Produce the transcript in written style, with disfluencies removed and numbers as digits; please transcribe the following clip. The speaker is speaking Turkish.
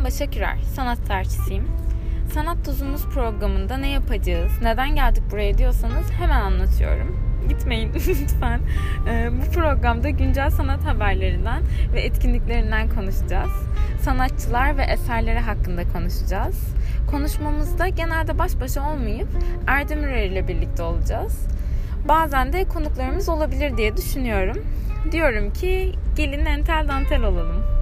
Ben Başak Ürer, sanat tarihçisiyim. Sanat Tuzumuz programında ne yapacağız, neden geldik buraya diyorsanız hemen anlatıyorum. Gitmeyin lütfen. Bu programda güncel sanat haberlerinden ve etkinliklerinden konuşacağız. Sanatçılar ve eserleri hakkında konuşacağız. Konuşmamızda genelde baş başa olmayıp Erdem Ürer ile birlikte olacağız. Bazen de konuklarımız olabilir diye düşünüyorum. Diyorum ki gelin entel dantel olalım.